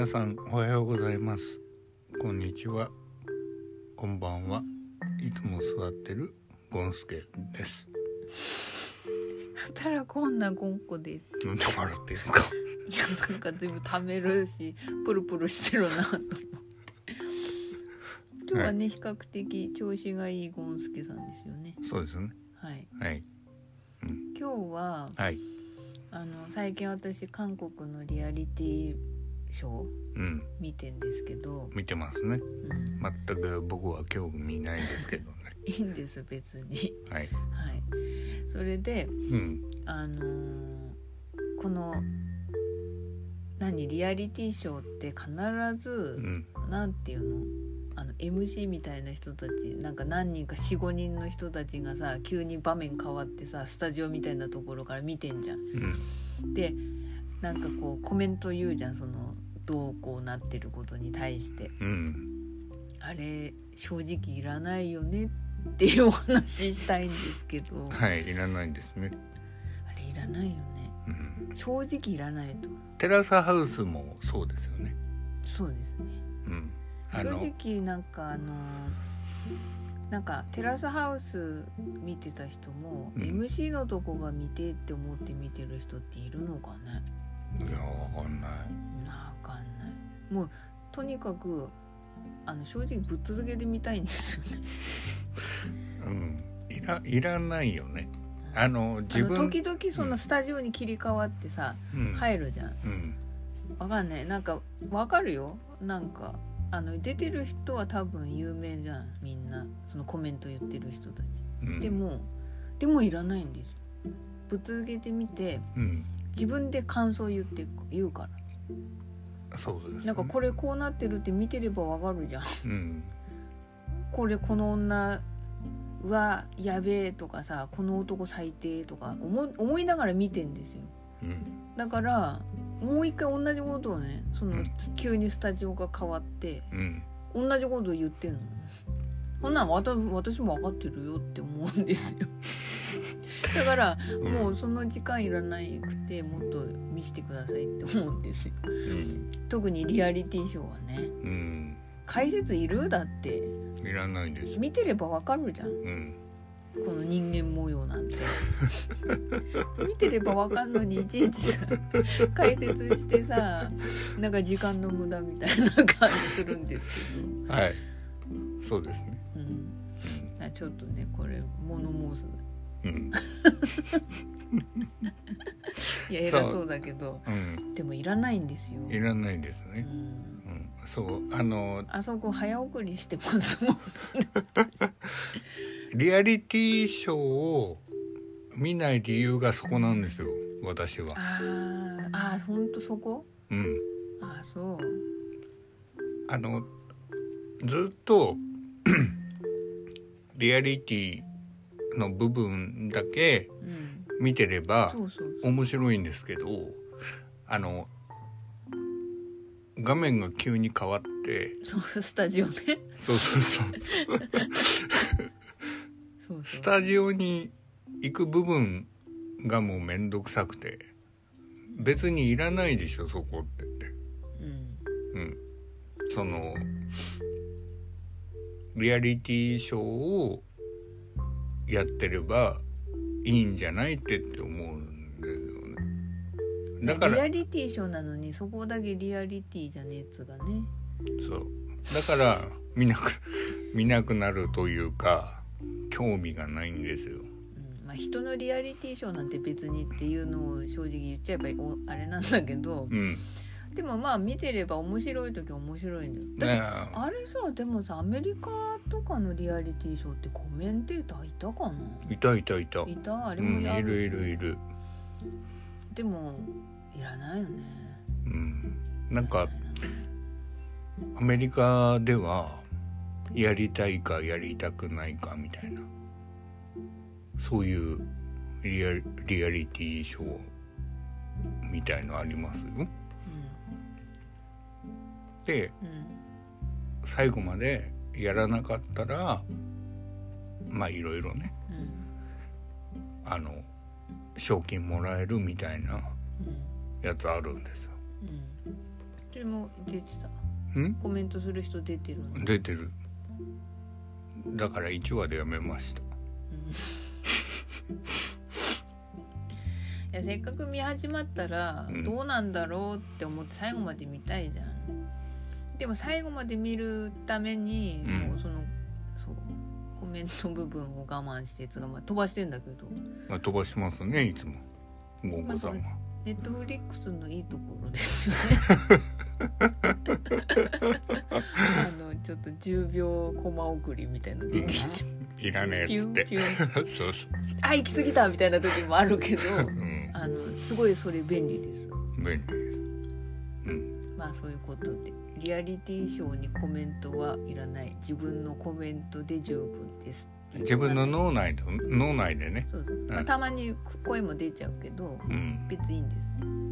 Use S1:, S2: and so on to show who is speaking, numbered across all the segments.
S1: さんおはようございます。こんにちは、こんばんは。いつも座ってるゴンスケです。
S2: 働こんなゴンコです。
S1: なんで笑ってんすか？
S2: いや、なんか全部貯めるしプルプルしてるなと思って今日はね、比較的調子がいいゴンスケさんですよね。
S1: そうですね。
S2: はい
S1: はい、
S2: 今日は、
S1: はい、
S2: 最近私韓国のリアリティショー見てんですけど、
S1: 見てますね。全く僕は興味ないですけどね。
S2: いいんです別に
S1: はい、
S2: はい。それで、このリアリティショーって必ず、なんていうのMC みたいな人たち、なんか何人か 4,5 人の人たちがさ、急に場面変わってさ、スタジオみたいなところから見てんじゃん、でなんかこうコメント言うじゃん、そのどうこうなってることに対して、あれ正直いらないよねっていうお話したいんですけど。
S1: はい、いらないですね。
S2: あれいらないよね、正直いらないと。
S1: テラスハウスもそうですよね。
S2: そうですね、正直なんかテラスハウス見てた人も、MC のとこが見てって思って見てる人っているのかね。
S1: いや、わかんない。
S2: もうとにかく正直ぶっ続けで見たいんですよね。
S1: いらないよね。自分
S2: 時々そのスタジオに切り替わってさ、入るじゃん、わかんない、なんかわかるよ、なんか出てる人は多分有名じゃん、みんなそのコメント言ってる人たち、でもいらないんですよ。ぶっ続けてみて、自分で感想言うから。
S1: そうですね、
S2: なんかこれこうなってるって見てればわかるじゃん、この女はやべえとかさ、この男最低とか思いながら見てんですよ、だからもう一回同じことをね、急にスタジオが変わって、同じことを言ってんの。そんなん私も分かってるよって思うんですよだからもうその時間いらなくて、もっと見せてくださいって思うんですよ、特にリアリティショーはね、解説いる？だって
S1: いらないです。
S2: 見てれば分かるじゃん、この人間模様なんて見てれば分かんのに、いちいちさ解説してさ、なんか時間の無駄みたいな感じするんですけど。
S1: はい、そうですね、
S2: ちょっとね、これ物申すいや偉そうだけど、でもいらないんですよ。
S1: いらないですね、そう
S2: あそこ早送りしてますもん
S1: リアリティショーを見ない理由がそこなんですよ、私は。
S2: ほんとそこ？そう
S1: ずっとリアリティの部分だけ見てれば面白いんですけど、画面が急に変わって、
S2: スタジオね
S1: そうスタジオに行く部分がもうめんどくさくて、別にいらないでしょそこって言って、そのリアリティショーをやってればいいんじゃないって思うんですよね。だから
S2: リアリティショーなのにそこだけリアリティじゃねえっつがね。
S1: そうだから見なくなるというか、興味がないんですよ。
S2: 人のリアリティショーなんて別にっていうのを正直言っちゃえばあれなんだけど、でも見てれば面白い時は面白いんだよ。だってあれさ、でもさ、アメリカとかのリアリティショーってコメンテーターいたかな？
S1: いた
S2: あれもやる、
S1: いる。
S2: でもいらないよね。
S1: なんかアメリカではやりたいかやりたくないかみたいな、そういうリアリティショーみたいのありますよ、で、最後までやらなかったらいろいろね、賞金もらえるみたいなやつあるんですよ、
S2: それも出てた。
S1: ん？
S2: コメントする人出てるの？
S1: 出てる。だから1話でやめました。
S2: いやせっかく見始まったらどうなんだろうって思って最後まで見たいじゃん。でも最後まで見るためにもうそうコメント部分を我慢して飛ばしてんだけど。
S1: 飛ばしますねいつも。ゴンゴさんは。
S2: ネットフリックスのいいところですよね。ちょっと10秒コマ送りみたいなので
S1: いらねえっつって
S2: ピュンピュン
S1: そうそう
S2: あ行き過ぎたみたいな時もあるけど、すごいそれ便利です。
S1: 便利。
S2: まあそういうことでリアリティショーにコメントはいらない、自分のコメントで十分ですっていう。
S1: 自分の脳内でね。
S2: そうそう、たまに声も出ちゃうけど、別にいいんです。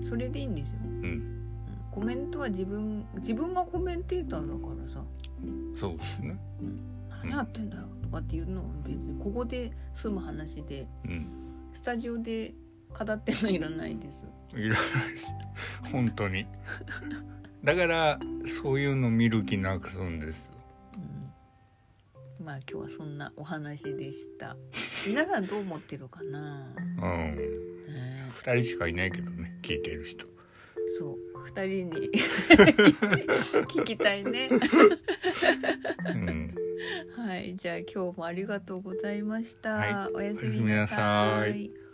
S2: それでいいんですよ。コメントは自分がコメンテーターだからさ。
S1: そうですね。
S2: 何やってんだよとかっていうのは別にここで済む話で、スタジオで語ってんのいらないです。
S1: いらない本当に。だからそういうの見る気なくすんです。
S2: まあ今日はそんなお話でした。皆さんどう思ってるかな。
S1: 2人しかいないけどね、聞いてる人。
S2: そう2人に聞きたいね。はい、じゃあ今日もありがとうございました。おやすみなさい。